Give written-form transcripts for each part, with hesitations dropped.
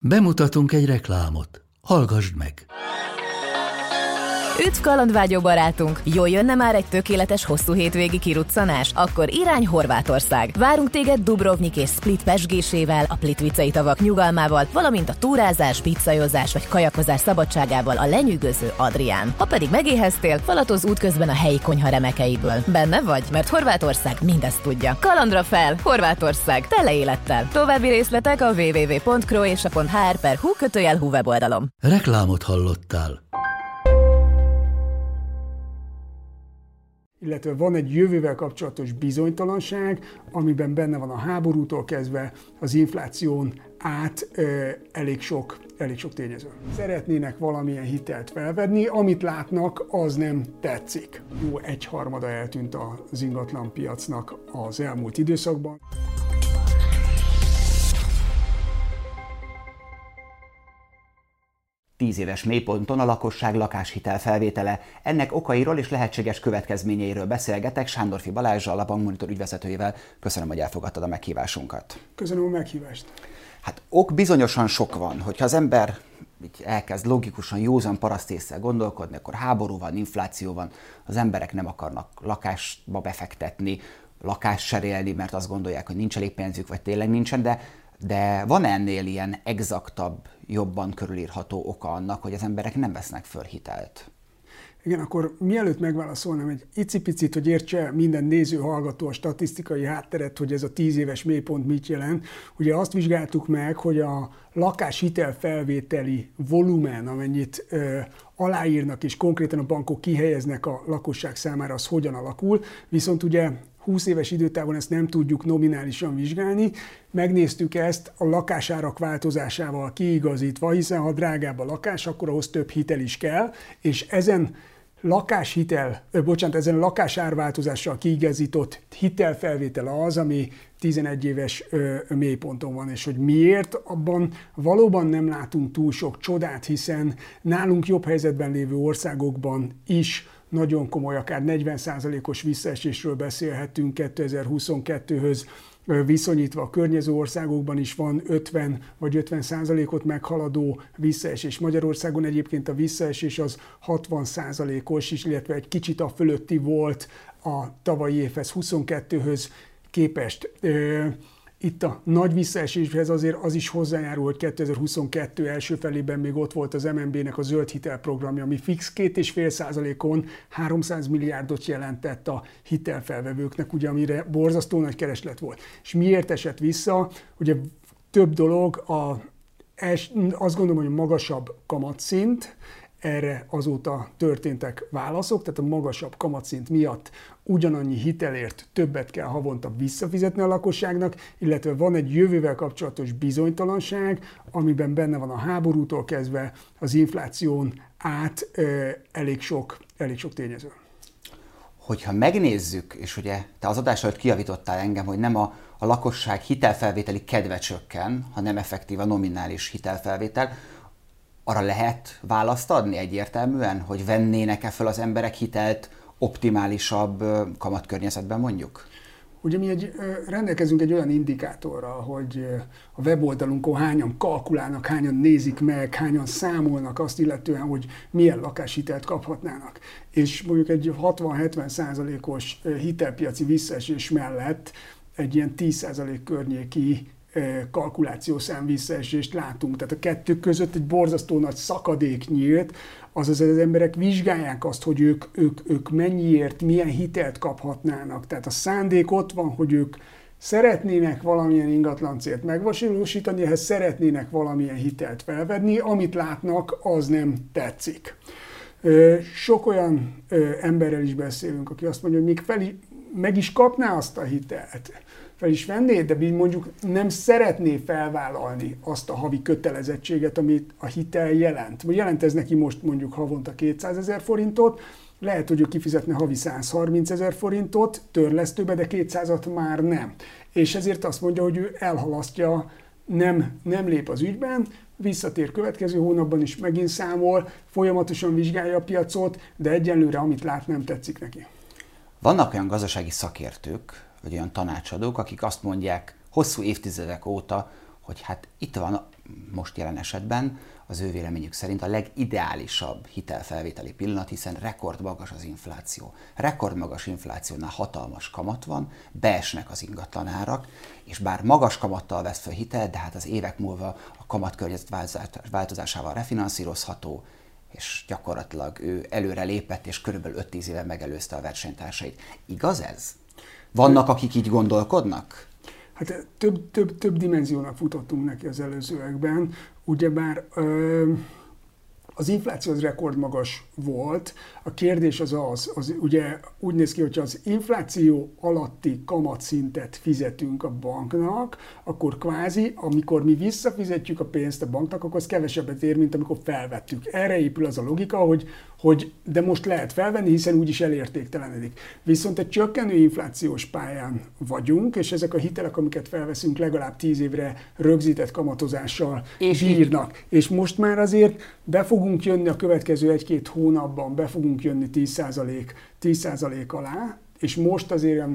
Bemutatunk egy reklámot. Hallgasd meg! Üdv kalandvágyó barátunk! Jól jönne már egy tökéletes hosszú hétvégi kiruccanás? Akkor irány Horvátország! Várunk téged Dubrovnik és Split pezsgésével, a Plitvicei tavak nyugalmával, valamint a túrázás, pizzajozás vagy kajakozás szabadságával a lenyűgöző Adrián. Ha pedig megéheztél, falatozz útközben a helyi konyha remekeiből. Benne vagy? Mert Horvátország mindezt tudja. Kalandra fel! Horvátország! Tele élettel! További részletek a www.croatia.hr/hu weboldalon. Reklámot hallottál. Illetve van egy jövővel kapcsolatos bizonytalanság, amiben benne van a háborútól kezdve az infláción át elég sok tényező. Szeretnének valamilyen hitelt felvenni, amit látnak, az nem tetszik. Jó, 1/3 eltűnt az ingatlan piacnak az elmúlt időszakban. Tíz éves mélyponton a lakosság lakáshitel felvétele. Ennek okairól és lehetséges következményeiről beszélgetek Sándorfi Balázssal, a Bankmonitor ügyvezetőjével. Köszönöm, hogy elfogadtad a meghívásunkat. Köszönöm a meghívást. Hát ok bizonyosan sok van. Hogyha az ember elkezd logikusan, józan parasztésszel gondolkodni, akkor háború van, infláció van, az emberek nem akarnak lakásba befektetni, lakást cserélni, mert azt gondolják, hogy nincs elég pénzük, vagy tényleg nincsen, de van ennél ilyen exaktabb, jobban körülírható oka annak, hogy az emberek nem vesznek föl hitelt? Igen, akkor mielőtt megválaszolnám egy icipicit, hogy értse minden néző, hallgató a statisztikai hátteret, hogy ez a 10 éves mélypont mit jelent. Ugye azt vizsgáltuk meg, hogy a lakáshitel felvételi volumen, amennyit aláírnak és konkrétan a bankok kihelyeznek a lakosság számára, az hogyan alakul. Viszont ugye 20 éves időtávon ezt nem tudjuk nominálisan vizsgálni. Megnéztük ezt a lakásárak változásával kiigazítva, hiszen ha drágább a lakás, akkor ahhoz több hitel is kell, és ezen lakásárváltozással kiigazított hitelfelvétel az, ami 11 éves mélyponton van, és hogy miért, abban valóban nem látunk túl sok csodát, hiszen nálunk jobb helyzetben lévő országokban is nagyon komoly, akár 40%-os visszaesésről beszélhetünk 2022-höz viszonyítva. A környező országokban is van 50 vagy 50%-ot meghaladó visszaesés. Magyarországon egyébként a visszaesés az 60%-os is, illetve egy kicsit a fölötti volt a tavalyi évhez, 22-höz képest. Itt a nagy visszaeséshez azért az is hozzájárul, hogy 2022 első felében még ott volt az MNB-nek a zöld hitelprogramja, ami fix 2,5%-on 300 milliárdot jelentett a hitelfelvevőknek, ugye, amire borzasztó nagy kereslet volt. És miért esett vissza? Ugye több dolog, azt gondolom, hogy a magasabb kamatszint, erre azóta történtek válaszok, tehát a magasabb kamatszint miatt ugyanannyi hitelért többet kell havonta visszafizetni a lakosságnak, illetve van egy jövővel kapcsolatos bizonytalanság, amiben benne van a háborútól kezdve az infláción át elég sok tényező. Hogyha megnézzük, és ugye te az adás előtt kijavítottál engem, hogy nem a lakosság hitelfelvételi kedve csökken, hanem effektív a nominális hitelfelvétel, arra lehet választ adni egyértelműen, hogy vennének-e fel az emberek hitelt optimálisabb kamatkörnyezetben mondjuk? Ugye mi rendelkezünk egy olyan indikátorral, hogy a weboldalunkon hányan kalkulálnak, hányan nézik meg, hányan számolnak azt illetően, hogy milyen lakáshitelt kaphatnának. És mondjuk egy 60-70%-os hitelpiaci visszaesés mellett egy ilyen 10% környéki kalkulációszám visszaesést látunk. Tehát a kettő között egy borzasztó nagy szakadék nyílt, azaz az emberek vizsgálják azt, hogy ők mennyiért, milyen hitelt kaphatnának. Tehát a szándék ott van, hogy ők szeretnének valamilyen ingatlan célt megvalósítani, ehhez szeretnének valamilyen hitelt felvenni, amit látnak, az nem tetszik. Sok olyan emberrel is beszélünk, aki azt mondja, hogy még meg is kapná azt a hitelt, fel is venné, de mondjuk nem szeretné felvállalni azt a havi kötelezettséget, amit a hitel jelent. Jelent ez neki most mondjuk havonta 200 000 forintot, lehet, hogy ő kifizetne havi 130 000 forintot törlesztőbe, de 200-at már nem. És ezért azt mondja, hogy ő elhalasztja, nem lép az ügyben, visszatér következő hónapban is, megint számol, folyamatosan vizsgálja a piacot, de egyenlőre amit lát, nem tetszik neki. Vannak olyan gazdasági szakértők, vagy olyan tanácsadók, akik azt mondják hosszú évtizedek óta, hogy hát itt van most jelen esetben az ő véleményük szerint a legideálisabb hitelfelvételi pillanat, hiszen rekordmagas az infláció. Rekordmagas inflációnál hatalmas kamat van, beesnek az ingatlanárak, és bár magas kamattal vesz fel hitel, de hát az évek múlva a kamatkörnyezet változásával refinanszírozható, és gyakorlatilag ő előre lépett, és körülbelül 5-10 éve megelőzte a versenytársait. Igaz ez? Vannak, akik így gondolkodnak? Hát több dimenziónak futottunk neki az előzőekben. Ugyebár az infláció az rekordmagas volt. A kérdés az ugye úgy néz ki, hogyha az infláció alatti kamatszintet fizetünk a banknak, akkor kvázi, amikor mi visszafizetjük a pénzt a banknak, akkor az kevesebbet ér, mint amikor felvettük. Erre épül az a logika, hogy de most lehet felvenni, hiszen úgyis elértéktelenedik. Viszont egy csökkenő inflációs pályán vagyunk, és ezek a hitelek, amiket felveszünk, legalább 10 évre rögzített kamatozással bírnak. És most már azért be fogunk jönni a következő 1-2 hónapban, be fogunk jönni 10% alá, és most azért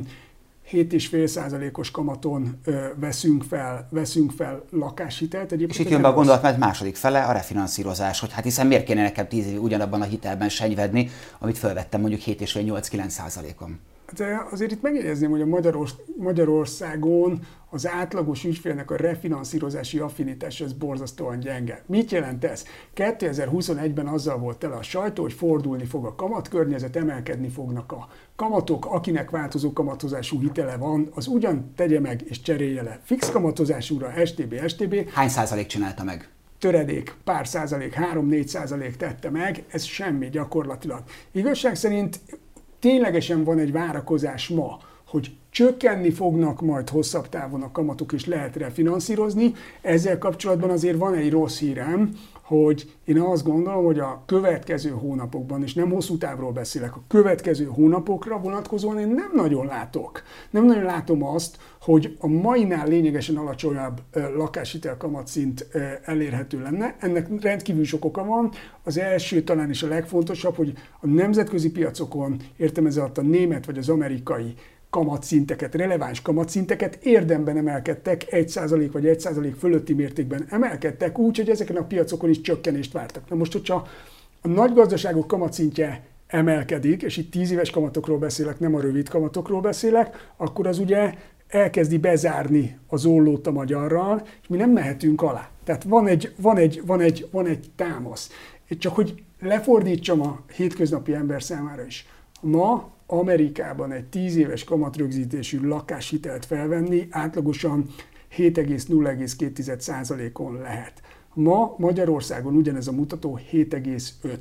7,5%-os kamaton veszünk fel lakáshitelt. És itt jön be a gondolat, mert második fele a refinanszírozás, hogy hát hiszen miért kéne nekem 10 évig ugyanabban a hitelben senyvedni, amit felvettem mondjuk 7,5-8-9%-on. De azért itt megjegyezném, hogy a Magyarországon az átlagos ügyfélnek a refinanszírozási affinitása ez borzasztóan gyenge. Mit jelent ez? 2021-ben azzal volt tele a sajtó, hogy fordulni fog a kamatkörnyezet, emelkedni fognak a kamatok, akinek változó kamatozású hitele van, az ugyan tegye meg és cserélje le fix kamatozásúra, STB. Hány százalék csinálta meg? Töredék, pár százalék, 3-4% tette meg, ez semmi gyakorlatilag. Igazság szerint ténylegesen van egy várakozás ma, hogy csökkenni fognak majd hosszabb távon a kamatok, és lehet refinanszírozni. Ezzel kapcsolatban azért van egy rossz hírem, hogy én azt gondolom, hogy a következő hónapokban, és nem hosszú távról beszélek, a következő hónapokra vonatkozóan én nem nagyon látom azt, hogy a mainál lényegesen alacsonyabb lakáshitel kamatszint elérhető lenne. Ennek rendkívül sok oka van. Az első, talán is a legfontosabb, hogy a nemzetközi piacokon, értem ez alatt a német vagy az amerikai kamatszinteket, releváns kamatszinteket érdemben emelkedtek, 1% vagy 1% fölötti mértékben emelkedtek, úgy, hogy ezeken a piacokon is csökkenést vártak. Na most, hogyha a nagy gazdaságok kamatszintje emelkedik, és itt 10 éves kamatokról beszélek, nem a rövid kamatokról beszélek, akkor az ugye elkezdi bezárni az ollót a magyarral, és mi nem mehetünk alá. Tehát van egy támasz. Csak hogy lefordítsam a hétköznapi ember számára is. Ma Amerikában egy 10 éves kamatrögzítésű lakáshitelt felvenni átlagosan 7,0,2%-on lehet. Ma Magyarországon ugyanez a mutató 7,5.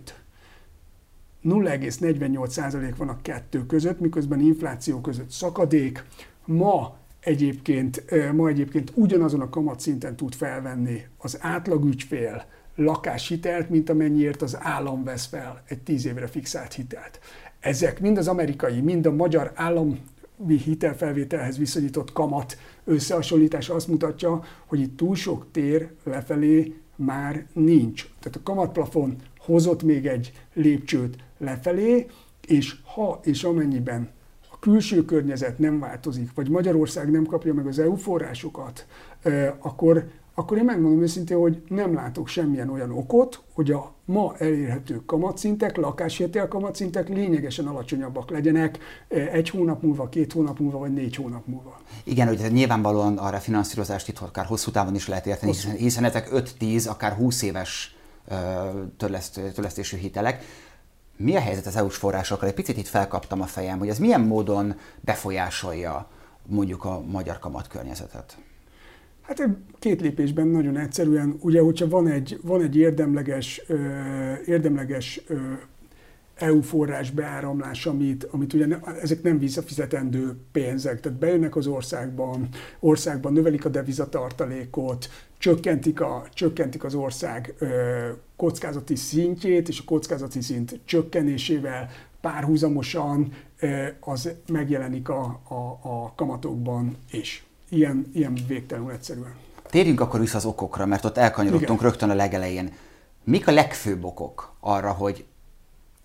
0,48% van a kettő között, miközben infláció között szakadék. Ma egyébként ugyanazon a kamatszinten tud felvenni az átlagügyfél lakáshitelt, mint amennyiért az állam vesz fel egy 10 évre fixált hitelt. Ezek mind az amerikai, mind a magyar állami hitelfelvételhez viszonyított kamat összehasonlítás azt mutatja, hogy itt túl sok tér lefelé már nincs. Tehát a kamatplafon hozott még egy lépcsőt lefelé, és ha és amennyiben a külső környezet nem változik, vagy Magyarország nem kapja meg az EU forrásokat, akkor én megmondom őszintén, hogy nem látok semmilyen olyan okot, hogy a ma elérhető kamatszintek, lakáshitel kamatszintek lényegesen alacsonyabbak legyenek 1 hónap múlva, 2 hónap múlva, vagy 4 hónap múlva. Igen, hogy nyilvánvalóan a refinanszírozást itt akár hosszú távon is lehet érteni, hiszen ezek 5-10, akár 20 éves törlesztésű hitelek. Mi a helyzet az EU-s forrásokkal? Egy picit itt felkaptam a fejem, hogy ez milyen módon befolyásolja mondjuk a magyar kamatkörnyezetet? Hát 2 lépésben nagyon egyszerűen, ugye, hogyha van egy érdemleges EU forrás beáramlás, amit ugye ezek nem visszafizetendő pénzek, tehát bejönnek az országban növelik a devizatartalékot, csökkentik az ország kockázati szintjét, és a kockázati szint csökkenésével párhuzamosan az megjelenik a kamatokban is. Ilyen végtelenül egyszerűen. Térjünk akkor vissza az okokra, mert ott elkanyarodtunk rögtön a legelején. Mik a legfőbb okok arra, hogy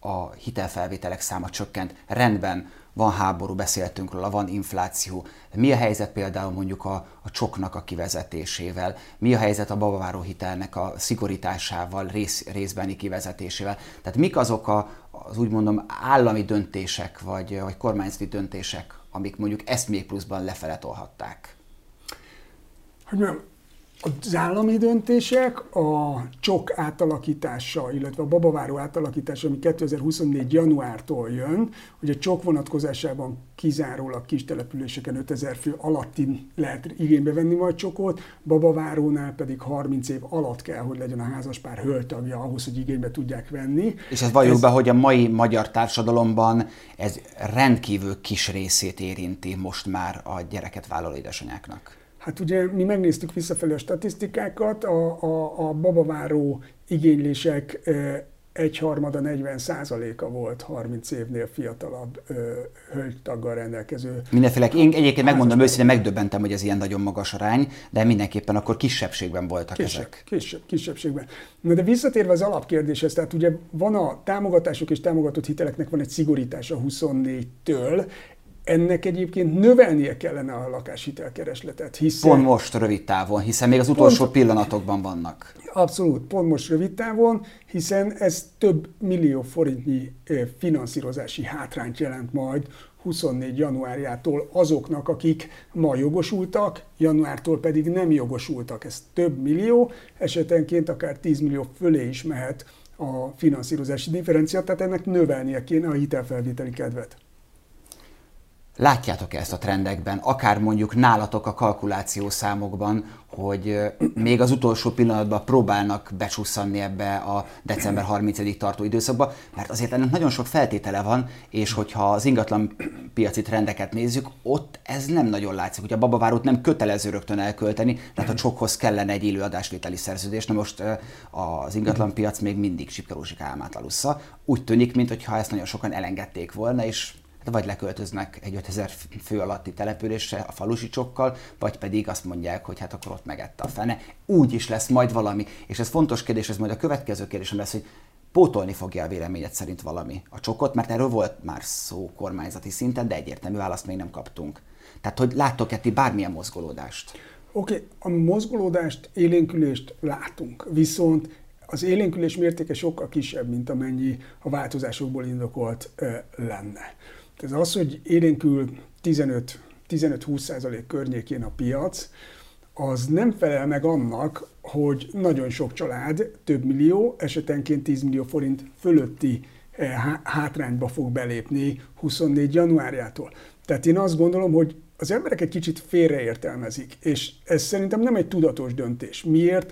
a hitelfelvételek száma csökkent. Rendben, van háború, beszéltünk róla, van infláció. Mi a helyzet például mondjuk a csoknak a kivezetésével? Mi a helyzet a babaváró hitelnek a szigorításával, részbeni kivezetésével? Tehát mik azok az úgy mondom állami döntések, vagy kormányzati döntések, amik mondjuk ezt még pluszban lefele tolhatták? Hogy mondjam, az állami döntések, a csok átalakítása, illetve a babaváró átalakítása, ami 2024. januártól jön, hogy a csok vonatkozásában kizárólag kis településeken 5000 fő alatti lehet igénybe venni majd csokot, babavárónál pedig 30 év alatt kell, hogy legyen a házaspár hölgytagja ahhoz, hogy igénybe tudják venni. És ez valljuk be, hogy a mai magyar társadalomban ez rendkívül kis részét érinti most már a gyereket vállaló édesanyáknak. Hát ugye mi megnéztük visszafelé a statisztikákat, a babaváró igénylések 1/3, 40%-a volt 30 évnél fiatalabb hölgytaggal rendelkező. Mindenféle, én egyébként megmondom őszintén, megdöbbentem, hogy ez ilyen nagyon magas arány, de mindenképpen akkor kisebbségben voltak ezek. Kisebbségben. Na de visszatérve az alapkérdéshez, tehát ugye van a támogatások és támogatott hiteleknek van egy szigorítása 24-től, ennek egyébként növelnie kellene a lakáshitelkeresletet, hiszen... Pont most rövid távon, hiszen még az utolsó pillanatokban vannak. Abszolút, pont most rövid távon, hiszen ez több millió forintnyi finanszírozási hátrányt jelent majd 24. januárjától azoknak, akik ma jogosultak, januártól pedig nem jogosultak. Ez több millió, esetenként akár 10 millió fölé is mehet a finanszírozási differencia, tehát ennek növelnie kéne a hitelfelvételi kedvet. Látjátok ezt a trendekben, akár mondjuk nálatok a kalkulációszámokban, hogy még az utolsó pillanatban próbálnak becsusszanni ebbe a december 30-ig tartó időszakba, mert azért ennek nagyon sok feltétele van, és hogyha az ingatlan piaci trendeket nézzük, ott ez nem nagyon látszik, hogy a babavárót nem kötelező rögtön elkölteni, tehát a csokhoz kellene egy élő adásvételi szerződés, na most az ingatlan piac még mindig Csipke-Rózsika álmát alussza. Úgy tűnik, mintha ezt nagyon sokan elengedték volna, és vagy leköltöznek egy 5000 fő alatti településre a falusi csokkal, vagy pedig azt mondják, hogy hát akkor ott megette a fene. Úgy is lesz majd valami. És ez fontos kérdés, ez majd a következő kérdésem lesz, hogy pótolni fogja a véleményed szerint valami a csokot, mert erről volt már szó kormányzati szinten, de egyértelmű választ még nem kaptunk. Tehát, hogy láttok-e ti bármilyen mozgolódást? Oké, a mozgolódást, élénkülést látunk, viszont az élénkülés mértéke sokkal kisebb, mint amennyi a változásokból indokolt lenne. Ez az, hogy élénkül 15-20% környékén a piac, az nem felel meg annak, hogy nagyon sok család több millió, esetenként 10 millió forint fölötti hátrányba fog belépni 24. januárjától. Tehát én azt gondolom, hogy az emberek egy kicsit félreértelmezik, és ez szerintem nem egy tudatos döntés. Miért?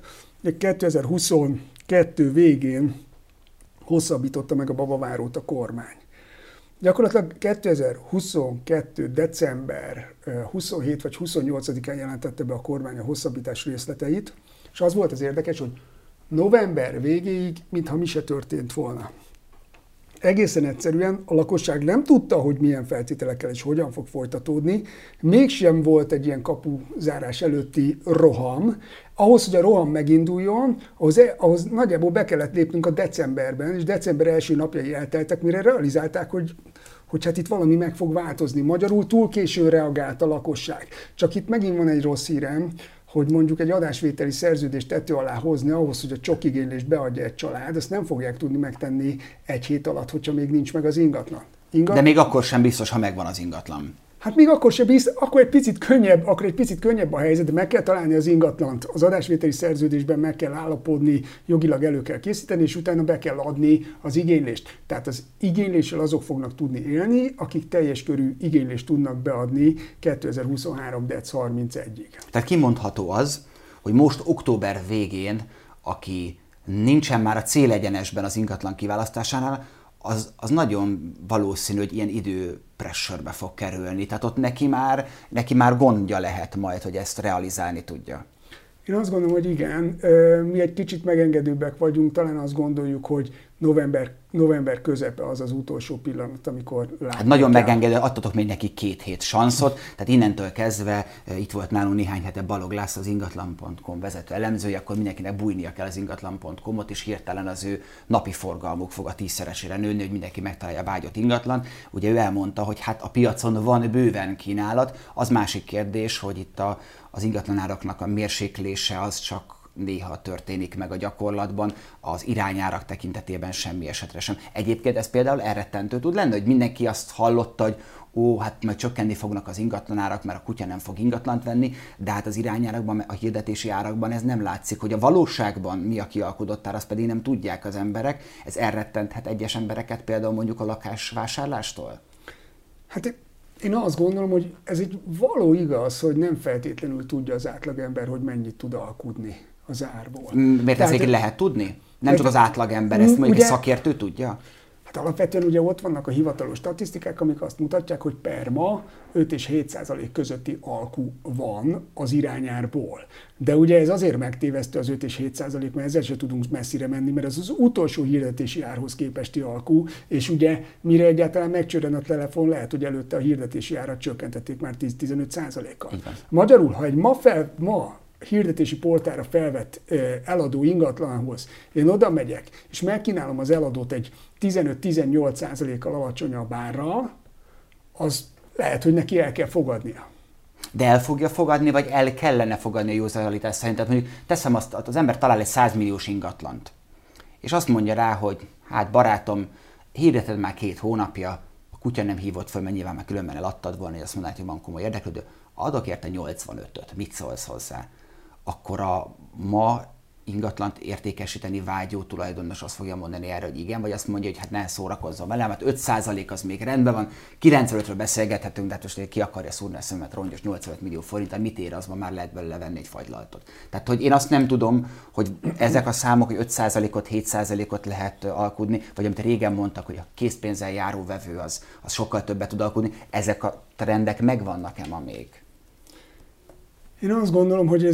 2022 végén hosszabbította meg a babavárót a kormány. Gyakorlatilag 2022. december 27 vagy 28-án jelentette be a kormány a hosszabbítás részleteit, és az volt az érdekes, hogy november végéig, mintha mi se történt volna. Egészen egyszerűen a lakosság nem tudta, hogy milyen feltételekkel és hogyan fog folytatódni, mégsem volt egy ilyen kapuzárás előtti roham. Ahhoz, hogy a roham meginduljon, ahhoz nagyjából be kellett lépnünk a decemberben, és december első napjai elteltek, mire realizálták, hogy hát itt valami meg fog változni. Magyarul túl későn reagált a lakosság. Csak itt megint van egy rossz hírem, hogy mondjuk egy adásvételi szerződést tető alá hozni ahhoz, hogy a csokigénylést beadja egy család, azt nem fogják tudni megtenni egy hét alatt, hogyha még nincs meg az ingatlan. De még akkor sem biztos, ha megvan az ingatlan. Hát még akkor sem biztos, akkor egy picit könnyebb a helyzet, de meg kell találni az ingatlant. Az adásvételi szerződésben meg kell állapodni, jogilag elő kell készíteni, és utána be kell adni az igénylést. Tehát az igényléssel azok fognak tudni élni, akik teljes körű igénylést tudnak beadni 2023. dec. 31-ig. Tehát kimondható az, hogy most október végén, aki nincsen már a célegyenesben az ingatlan kiválasztásánál, az nagyon valószínű, hogy ilyen időpressurbe fog kerülni. Tehát ott neki már gondja lehet majd, hogy ezt realizálni tudja. Én azt gondolom, hogy igen, mi egy kicsit megengedőbbek vagyunk, talán azt gondoljuk, hogy november közepe az az utolsó pillanat, amikor látjuk. Hát nagyon megengedő, adtatok még neki 2 hét sanszot, tehát innentől kezdve itt volt nálunk néhány hete Balog László, az ingatlan.com vezető elemzője, akkor mindenkinek bújnia kell az ingatlan.com-ot, és hirtelen az ő napi forgalmuk fog a 10-szeresére nőni, hogy mindenki megtalálja a vágyott ingatlan. Ugye ő elmondta, hogy hát a piacon van bőven kínálat, az másik kérdés, hogy itt az ingatlanáraknak a mérséklése az csak néha történik meg a gyakorlatban, az irányárak tekintetében semmi esetre sem. Egyébként ez például elrettentő tud lenni, hogy mindenki azt hallotta, hogy hát majd csökkenni fognak az ingatlanárak, mert a kutya nem fog ingatlant venni, de hát az irányárakban, a hirdetési árakban ez nem látszik, hogy a valóságban mi a kialkudott ár, azt pedig nem tudják az emberek. Ez elrettenthet egyes embereket például mondjuk a lakásvásárlástól? Hát én azt gondolom, hogy ez egy való igaz, hogy nem feltétlenül tudja az átlagember, hogy mennyit tud alkudni az árból. Miért ezt lehet tudni? Nem csak az átlagember, ezt mondjuk egy szakértő tudja? Hát alapvetően ugye ott vannak a hivatalos statisztikák, amik azt mutatják, hogy per ma 5 és 7% közötti alku van az irányárból. De ugye ez azért megtévesztő az 5 és 7%, mert ezzel sem tudunk messzire menni, mert ez az utolsó hirdetési árhoz képesti alku, és ugye mire egyáltalán megcsörren a telefon, lehet, hogy előtte a hirdetési árat csökkentették már 10-15%-kal. Magyarul, ha egy ma hirdetési portára felvett eladó ingatlanhoz én oda megyek, és megkínálom az eladót egy 15-18%-kal alacsonyabb árral, az lehet, hogy neki el kell fogadnia. De el fogja fogadni, vagy el kellene fogadni a józanítás szerint? Tehát mondjuk teszem azt, az ember talál egy 100 milliós ingatlant, és azt mondja rá, hogy hát barátom, hirdeted már 2 hónapja, a kutya nem hívott föl, mert nyilván már különben eladtad volna, hogy azt mondaná, hogy van komoly érdeklődő, adok érte 85-öt, mit szólsz hozzá? Akkor a ma ingatlant értékesíteni vágyó tulajdonos azt fogja mondani erre, hogy igen, vagy azt mondja, hogy hát ne szórakozzon velem, hát 5% az még rendben van, 95-ről beszélgethetünk, de hát most ki akarja szúrni a szemet rongyos 85 millió forint, mit ér, az ma már lehet belőle venni egy fagylaltot. Tehát, hogy én azt nem tudom, hogy ezek a számok, hogy 5%-ot, 7%-ot lehet alkudni, vagy amit régen mondtak, hogy a készpénzzel járó vevő az sokkal többet tud alkudni, ezek a trendek megvannak-e ma még? Én azt gondolom, hogy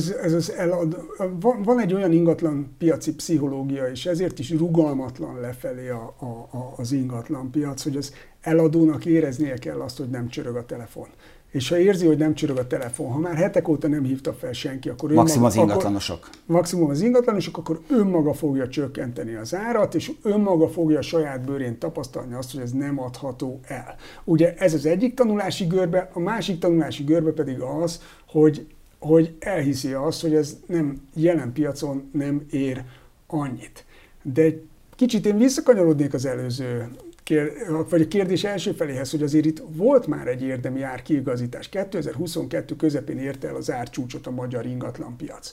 van egy olyan ingatlan piaci pszichológia, és ezért is rugalmatlan lefelé az ingatlan piac, hogy az eladónak éreznie kell azt, hogy nem csörög a telefon. És ha érzi, hogy nem csörög a telefon, ha már hetek óta nem hívta fel senki, akkor maximum az ingatlanosok. Maximum az ingatlanosok, akkor önmaga fogja csökkenteni az árat, és önmaga fogja a saját bőrén tapasztalni azt, hogy ez nem adható el. Ugye ez az egyik tanulási görbe, a másik tanulási görbe pedig az, hogy elhiszi azt, hogy ez jelen piacon nem ér annyit. De egy kicsit én visszakanyarodnék az előző, vagy a kérdés első feléhez, hogy azért itt volt már egy érdemi árkiigazítás. 2022 közepén érte el az árcsúcsot a magyar ingatlanpiac.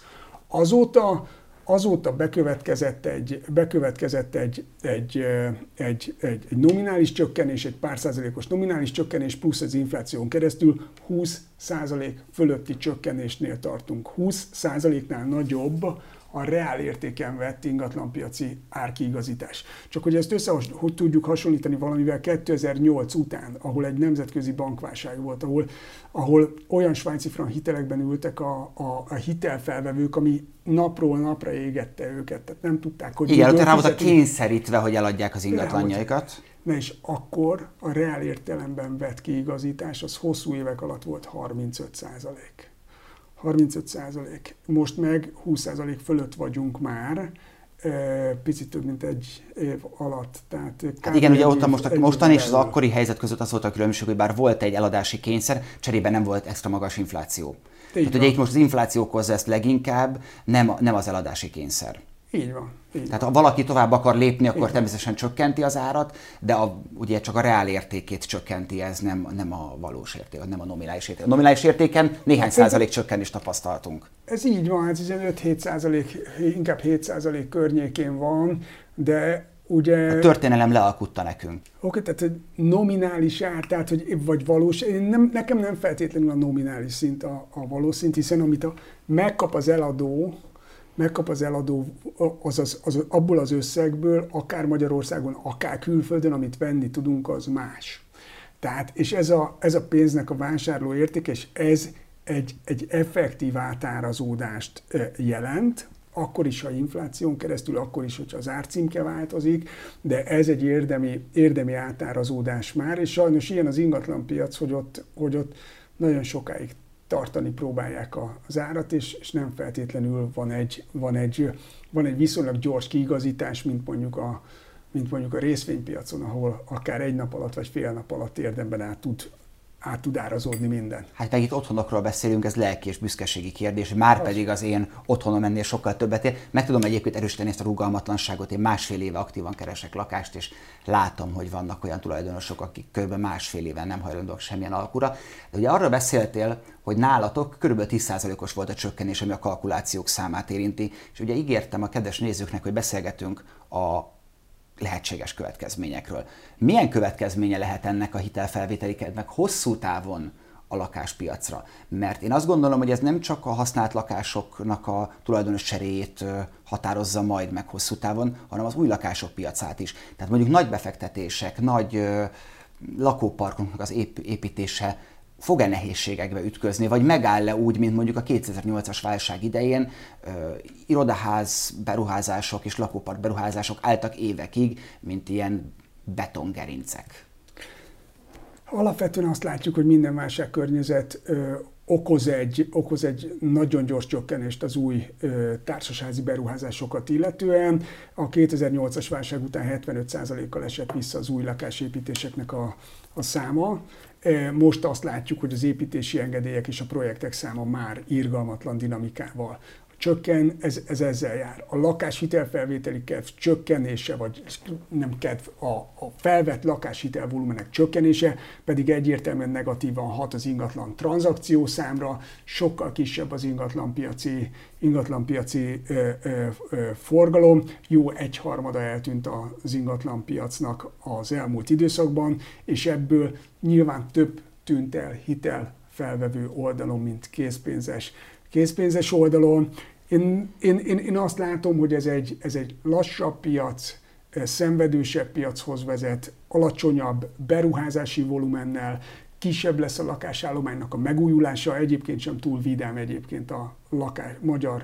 Azóta bekövetkezett egy nominális csökkenés, egy pár százalékos nominális csökkenés, plusz az infláción keresztül 20% fölötti csökkenésnél tartunk. 20%-nál nagyobb a reál értéken vett ingatlanpiaci árkiigazítás. Csak hogy ezt hogy tudjuk hasonlítani valamivel 2008 után, ahol egy nemzetközi bankválság volt, ahol olyan svájci frank hitelekben ültek a hitelfelvevők, ami napról napra égette őket, tehát nem tudták, hogy... Igen, rá voltak kényszerítve, hogy eladják az ingatlanjaikat. Na és akkor a reál értelemben vett kiigazítás az hosszú évek alatt volt 35%. 35%. Most meg 20% fölött vagyunk már, picit több mint egy év alatt. Tehát hát igen, ugye ott mostani és az akkori helyzet között az volt a különbség, hogy bár volt egy eladási kényszer, cserében nem volt extra magas infláció. Tehát ugye itt most az infláció okozza ezt leginkább, nem az eladási kényszer. Így van. Tehát ha valaki tovább akar lépni, akkor természetesen csökkenti az árat, de ugye csak a reál értékét csökkenti, ez nem a valós érték, nem a nominális érték. A nominális értéken néhány százalék csökkenést tapasztaltunk. Ez így van, ez 5-7%, inkább 7% környékén van, de ugye... A történelem lealkutta nekünk. Oké, tehát nominális ár, tehát hogy vagy valós, nekem nem feltétlenül a nominális szint a valós szint, hiszen amit megkap az eladó abból az összegből, akár Magyarországon, akár külföldön, amit venni tudunk, az más. Tehát, és ez a pénznek a vásárló értéke, és ez egy effektív átárazódást jelent, akkor is, ha infláción keresztül, akkor is, hogyha az árcímke változik, de ez egy érdemi átárazódás már, és sajnos ilyen az ingatlanpiac, hogy ott nagyon sokáig tartani próbálják az árat, és nem feltétlenül van egy viszonylag gyors kiigazítás, mint mondjuk a részvénypiacon, ahol akár egy nap alatt vagy fél nap alatt érdemben át tud árazódni minden. Hát meg itt otthonokról beszélünk, ez lelki és büszkeségi kérdés, márpedig az én otthonom ennél sokkal többet ér. Meg tudom egyébként erősíteni ezt a rugalmatlanságot, én 1,5 éve aktívan keresek lakást, és látom, hogy vannak olyan tulajdonosok, akik kb. 1,5 éve nem hajlandóak semmilyen alkura. De ugye arra beszéltél, hogy nálatok kb. 10%-os volt a csökkenés, ami a kalkulációk számát érinti, és ugye ígértem a kedves nézőknek, hogy beszélgetünk a lehetséges következményekről. Milyen következménye lehet ennek a hitelfelvételi kedvnek hosszú távon a lakáspiacra? Mert én azt gondolom, hogy ez nem csak a használt lakásoknak a tulajdonos cseréjét határozza majd meg hosszú távon, hanem az új lakások piacát is. Tehát mondjuk nagy befektetések, nagy lakóparkoknak az építése fog-e nehézségekbe ütközni, vagy megáll-e úgy, mint mondjuk a 2008-as válság idején irodaház beruházások és lakópark beruházások álltak évekig, mint ilyen betongerincek? Alapvetően azt látjuk, hogy minden válságkörnyezet okoz egy nagyon gyors csökkenést az új társasházi beruházásokat illetően. A 2008-as válság után 75%-kal esett vissza az új lakásépítéseknek a száma. Most azt látjuk, hogy az építési engedélyek és a projektek száma már irgalmatlan dinamikával csökken, ez ezzel jár. A lakáshitelfelvételi kedv csökkenése, vagy nem kedv, a felvett lakáshitel volumenek csökkenése pedig egyértelműen negatívan hat az ingatlan tranzakciószámra, sokkal kisebb az ingatlanpiaci forgalom, jó 1/3 eltűnt az ingatlanpiacnak az elmúlt időszakban, és ebből nyilván több tűnt el hitelfelvevő oldalon, mint készpénzes oldalon. Én azt látom, hogy ez egy lassabb piac, szenvedősebb piachoz vezet, alacsonyabb beruházási volumennel, kisebb lesz a lakásállománynak a megújulása, egyébként sem túl vidám egyébként a magyar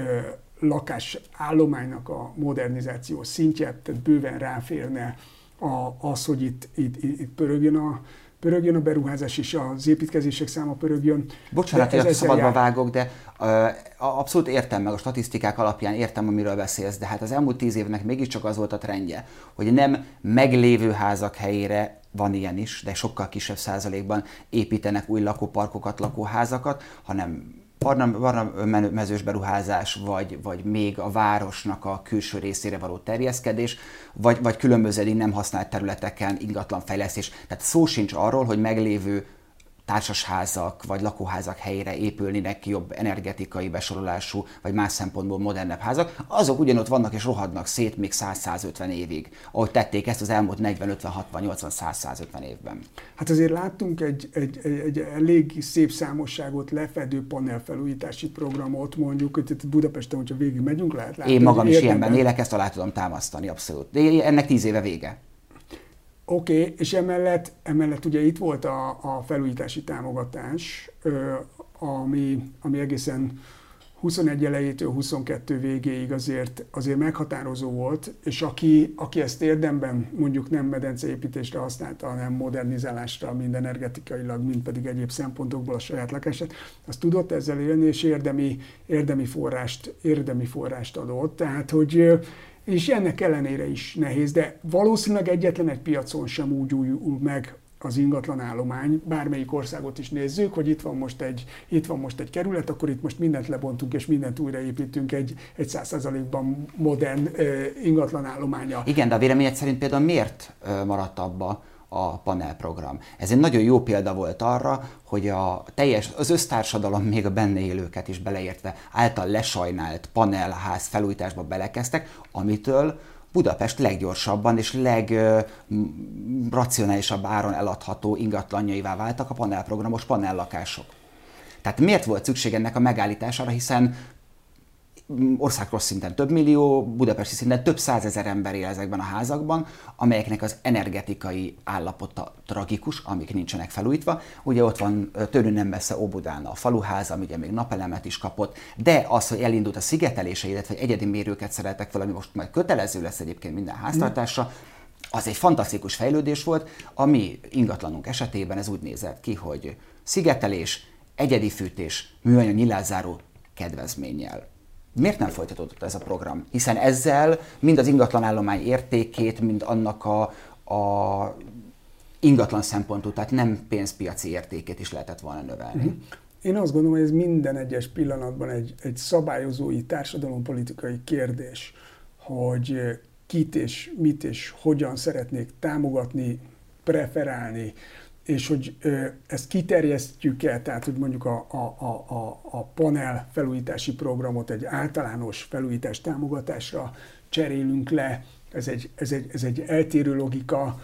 lakásállománynak a modernizáció szintje, tehát bőven ráférne az, hogy itt pörögjön a beruházás és az építkezések száma pörögjön. Bocsánat, hogy szabadba vágok, de abszolút értem meg, a statisztikák alapján értem, amiről beszélsz, de hát az elmúlt 10 évnek mégiscsak az volt a trendje, hogy nem meglévő házak helyére, van ilyen is, de sokkal kisebb százalékban építenek új lakóparkokat, lakóházakat, hanem mezős beruházás, vagy még a városnak a külső részére való terjeszkedés, vagy különböző nem használt területeken ingatlanfejlesztés. Tehát szó sincs arról, hogy meglévő társasházak vagy lakóházak helyére épülnének jobb energetikai besorolású, vagy más szempontból modernebb házak, azok ugyanott vannak és rohadnak szét még 100-150 évig, ahogy tették ezt az elmúlt 40-50-60-80-100-150 évben. Hát azért láttunk egy elég szép számosságot lefedő panelfelújítási programot, mondjuk, hogy Budapesten, hogyha végig megyünk, lehet látni. Én magam is ilyenben élek, ezt alá tudom támasztani, abszolút. De ennek 10 éve vége. Oké, és emellett ugye itt volt a felújítási támogatás, ami egészen 21 elejétől 22 végéig azért meghatározó volt, és aki ezt érdemben mondjuk nem medenceépítésre használta, hanem modernizálásra, mind energetikailag, mind pedig egyéb szempontokból a saját lakását, az tudott ezzel élni, és érdemi forrást adott. Tehát, hogy és ennek ellenére is nehéz, de valószínűleg egyetlen egy piacon sem úgy újul meg az ingatlanállomány, bármelyik országot is nézzük, hogy itt van most egy kerület, akkor itt most mindent lebontunk és mindent újraépítünk egy 100%-ban modern ingatlanállománya. Igen, de a véleményed szerint például miért maradt abba a panelprogram? Ez egy nagyon jó példa volt arra, hogy az össztársadalom, még a benne élőket is beleértve, által lesajnált panelház felújításba belekezdtek, amitől Budapest leggyorsabban és legracionálisabb áron eladható ingatlanjaivá váltak a panelprogramos panellakások. Tehát miért volt szükség ennek a megállítására, hiszen országos szinten több millió, budapesti szinten több százezer ember él ezekben a házakban, amelyeknek az energetikai állapota tragikus, amik nincsenek felújítva. Ugye ott van tőlünk nem messze Óbudán a faluház, ami ugye még napelemet is kapott, de az, hogy elindult a szigetelése, illetve egyedi mérőket szeretek fel, ami most majd kötelező lesz egyébként minden háztartásra, az egy fantasztikus fejlődés volt. A mi ingatlanunk esetében ez úgy nézett ki, hogy szigetelés, egyedi fűtés, műanyag nyilázzáró kedvezménnyel. Miért nem folytatódott ez a program? Hiszen ezzel mind az ingatlanállomány értékét, mind annak a ingatlan szempontú, tehát nem pénzpiaci értékét is lehetett volna növelni. Én azt gondolom, hogy ez minden egyes pillanatban egy szabályozói, társadalompolitikai kérdés, hogy kit és mit és hogyan szeretnék támogatni, preferálni, és hogy ezt kiterjesztjük-e, tehát hogy mondjuk a panel felújítási programot egy általános felújítás támogatásra cserélünk le, ez egy eltérő logika.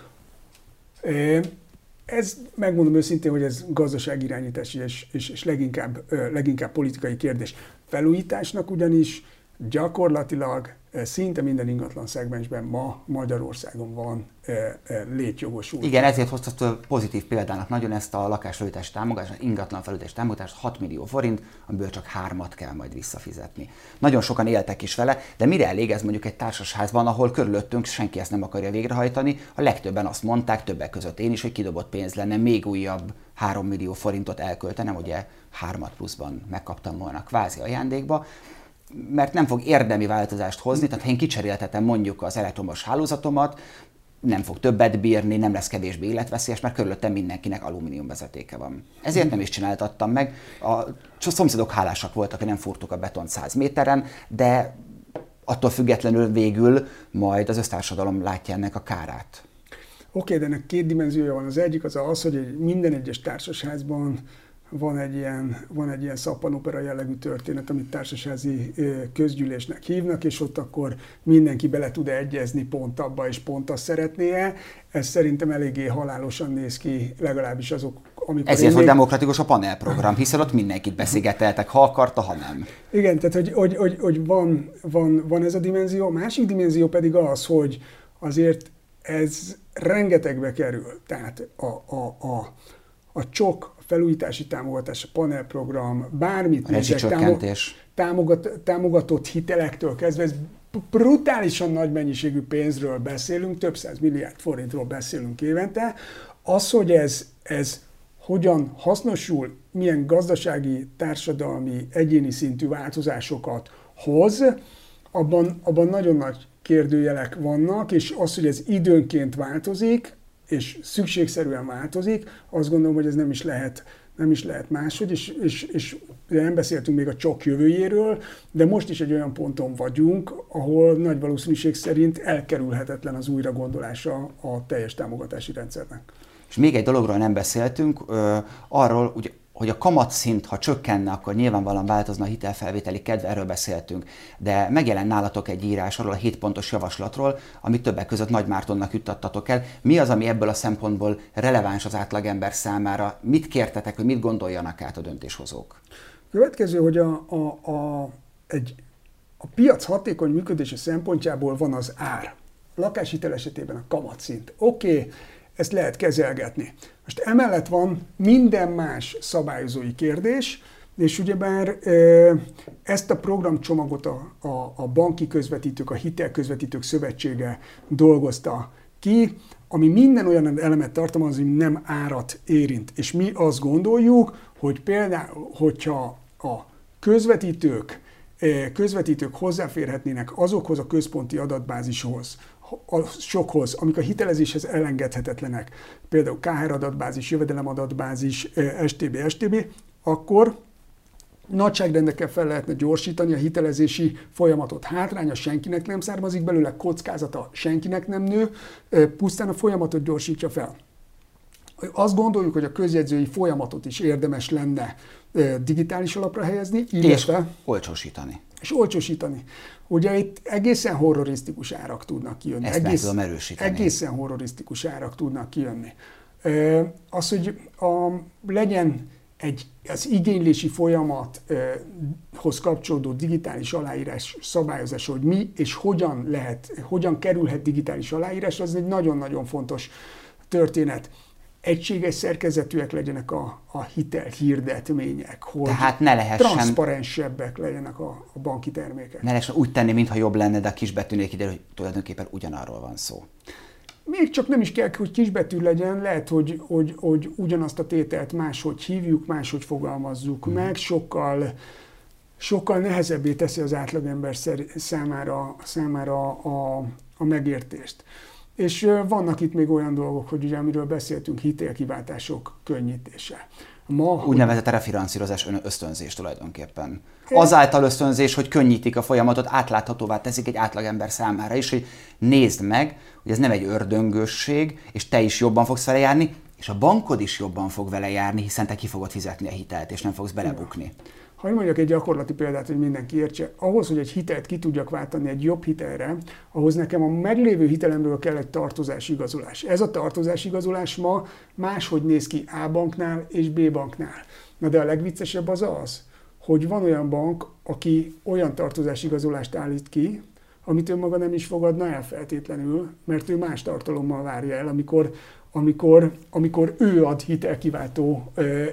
Ez, megmondom őszintén, hogy ez gazdaságirányítási és leginkább politikai kérdés. Felújításnak ugyanis gyakorlatilag szinte minden ingatlan szegmensben ma Magyarországon van létjogosult. Igen, ezért hozta pozitív példának nagyon ezt a lakásfelújítási támogatást, ingatlan felújítási támogatást, 6 millió forint, amiből csak 3-at kell majd visszafizetni. Nagyon sokan éltek is vele, de mire elég ez mondjuk egy társasházban, ahol körülöttünk senki ezt nem akarja végrehajtani, a legtöbben azt mondták, többek között én is, hogy kidobott pénz lenne még újabb 3 millió forintot elköltenem, ugye 3-at pluszban megkaptam volna kvázi ajándékba, mert nem fog érdemi változást hozni, tehát ha én kicseréltetem mondjuk az elektromos hálózatomat, nem fog többet bírni, nem lesz kevésbé életveszélyes, mert körülöttem mindenkinek alumínium vezetéke van. Ezért nem is csináltattam meg. A szomszédok hálásak voltak, hogy nem fúrtuk a betont 100 méteren, de attól függetlenül végül majd az össztársadalom látja ennek a kárát. Oké, de ennek két dimenziója van. Az egyik az, hogy minden egyes társasházban van egy ilyen szappanopera jellegű történet, amit társasházi közgyűlésnek hívnak, és ott akkor mindenki bele tud egyezni pont abba, és pont azt szeretné-e. Ez szerintem eléggé halálosan néz ki, legalábbis azok, amikor... Ezért, hogy demokratikus a panelprogram, hiszen ott mindenkit beszélgeteltek, ha akarta, ha nem. Igen, tehát hogy van ez a dimenzió. A másik dimenzió pedig az, hogy azért ez rengetegbe kerül. Tehát a csok, felújítási támogatás, a panelprogram, bármit nézek, támogatott hitelektől kezdve, ez brutálisan nagy mennyiségű pénzről beszélünk, több 100 milliárd forintról beszélünk évente. Az, hogy ez hogyan hasznosul, milyen gazdasági, társadalmi, egyéni szintű változásokat hoz, abban nagyon nagy kérdőjelek vannak, és az, hogy ez időnként változik, és szükségszerűen változik, azt gondolom, hogy ez nem is lehet máshogy, és nem beszéltünk még a csok jövőjéről, de most is egy olyan ponton vagyunk, ahol nagy valószínűség szerint elkerülhetetlen az újragondolása a teljes támogatási rendszernek. És még egy dologról nem beszéltünk, arról, hogy a kamatszint, ha csökkenne, akkor nyilvánvalóan változna a hitelfelvételi kedve, erről beszéltünk. De megjelent nálatok egy írás arról a 7 pontos javaslatról, amit többek között Nagy Mártonnak juttattatok el. Mi az, ami ebből a szempontból releváns az átlagember számára? Mit kértetek, hogy mit gondoljanak át a döntéshozók? Következő, hogy a piac hatékony működése szempontjából van az ár. A lakáshitel esetében a kamatszint. Oké, ezt lehet kezelgetni. Most emellett van minden más szabályozói kérdés, és ugyebár ezt a programcsomagot a banki közvetítők, a hitelközvetítők szövetsége dolgozta ki, ami minden olyan elemet tartalmaz, ami nem árat érint. És mi azt gondoljuk, hogy például, hogyha a közvetítők hozzáférhetnének azokhoz a központi adatbázishoz, sokhoz, amik a hitelezéshez elengedhetetlenek, például KR adatbázis, jövedelem-adatbázis, STB, akkor nagyságrendekkel fel lehetne gyorsítani a hitelezési folyamatot. Hátránya senkinek nem származik belőle, kockázata senkinek nem nő, pusztán a folyamatot gyorsítja fel. Azt gondoljuk, hogy a közjegyzői folyamatot is érdemes lenne digitális alapra helyezni, illetve... És olcsósítani. Ugye itt egészen horrorisztikus árak tudnak kijönni. Ezt meg tudom erősíteni. Egészen horrorisztikus árak tudnak kijönni. Az, hogy legyen az igénylési folyamathoz kapcsolódó digitális aláírás szabályozása, hogy mi és hogyan kerülhet digitális aláírás, az egy nagyon-nagyon fontos történet. Egységes szerkezetűek legyenek a hitelhirdetmények, hogy tehát ne lehessen, transzparensebbek legyenek a banki termékek. Ne lehessen úgy tenni, mintha jobb lenne, de a kisbetűnél kiderül, hogy tulajdonképpen ugyanarról van szó. Még csak nem is kell, hogy kisbetű legyen, lehet, hogy ugyanazt a tételt máshogy hívjuk, máshogy fogalmazzuk meg, sokkal nehezebbé teszi az átlagember számára a megértést. És vannak itt még olyan dolgok, hogy ugye, amiről beszéltünk, hitelkiváltások könnyítése. Úgynevezett refinanszírozás ösztönzés tulajdonképpen. Azáltal ösztönzés, hogy könnyítik a folyamatot, átláthatóvá teszik egy átlagember számára is, hogy nézd meg, hogy ez nem egy ördöngösség, és te is jobban fogsz vele járni, és a bankod is jobban fog vele járni, hiszen te ki fogod fizetni a hitelt, és nem fogsz belebukni. Ha mondjak egy gyakorlati példát, hogy mindenki értse, ahhoz, hogy egy hitelt ki tudjak váltani egy jobb hitelre, ahhoz nekem a meglévő hitelemről kell egy tartozásigazolás. Ez a tartozásigazolás ma máshogy néz ki A banknál és B banknál. Na de a legviccesebb az, hogy van olyan bank, aki olyan tartozásigazolást állít ki, amit önmaga nem is fogadna el feltétlenül, mert ő más tartalommal várja el, amikor ő ad hitelkiváltó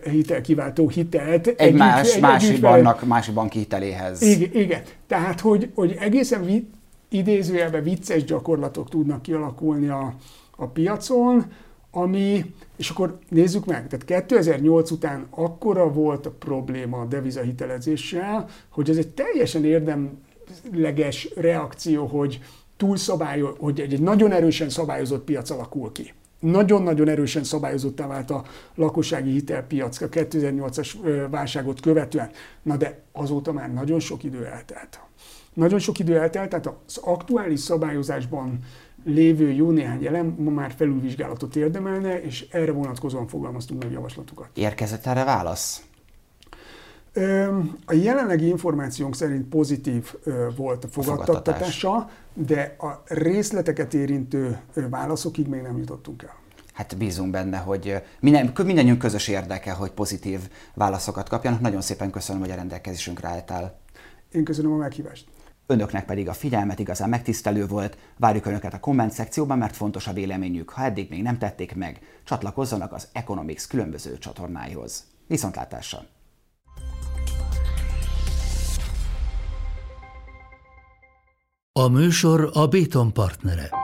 hitelt. Egy másik banki hiteléhez. Igen. Tehát, hogy egészen idézőjelben vicces gyakorlatok tudnak kialakulni a piacon, és akkor nézzük meg, tehát 2008 után akkora volt a probléma a devizahitelezéssel, hogy ez egy teljesen érdemleges reakció, hogy hogy egy nagyon erősen szabályozott piac alakul ki. Nagyon-nagyon erősen szabályozottá vált a lakossági hitelpiac a 2008-as válságot követően. Na de azóta már nagyon sok idő eltelt. Tehát az aktuális szabályozásban lévő jó néhány elem ma már felülvizsgálatot érdemelne, és erre vonatkozóan fogalmaztunk meg javaslatokat. Érkezett erre válasz? A jelenlegi információnk szerint pozitív volt a fogadtatása, de a részleteket érintő válaszokig még nem jutottunk el. Hát bízunk benne, hogy mindannyiunk közös érdeke, hogy pozitív válaszokat kapjanak. Nagyon szépen köszönöm, hogy a rendelkezésünkre álltál. Én köszönöm a meghívást. Önöknek pedig a figyelmet, igazán megtisztelő volt. Várjuk Önöket a komment szekcióban, mert fontos a véleményük. Ha eddig még nem tették meg, csatlakozzanak az Economics különböző csatornáihoz. Viszontlátásra! A műsor a Béton partnere.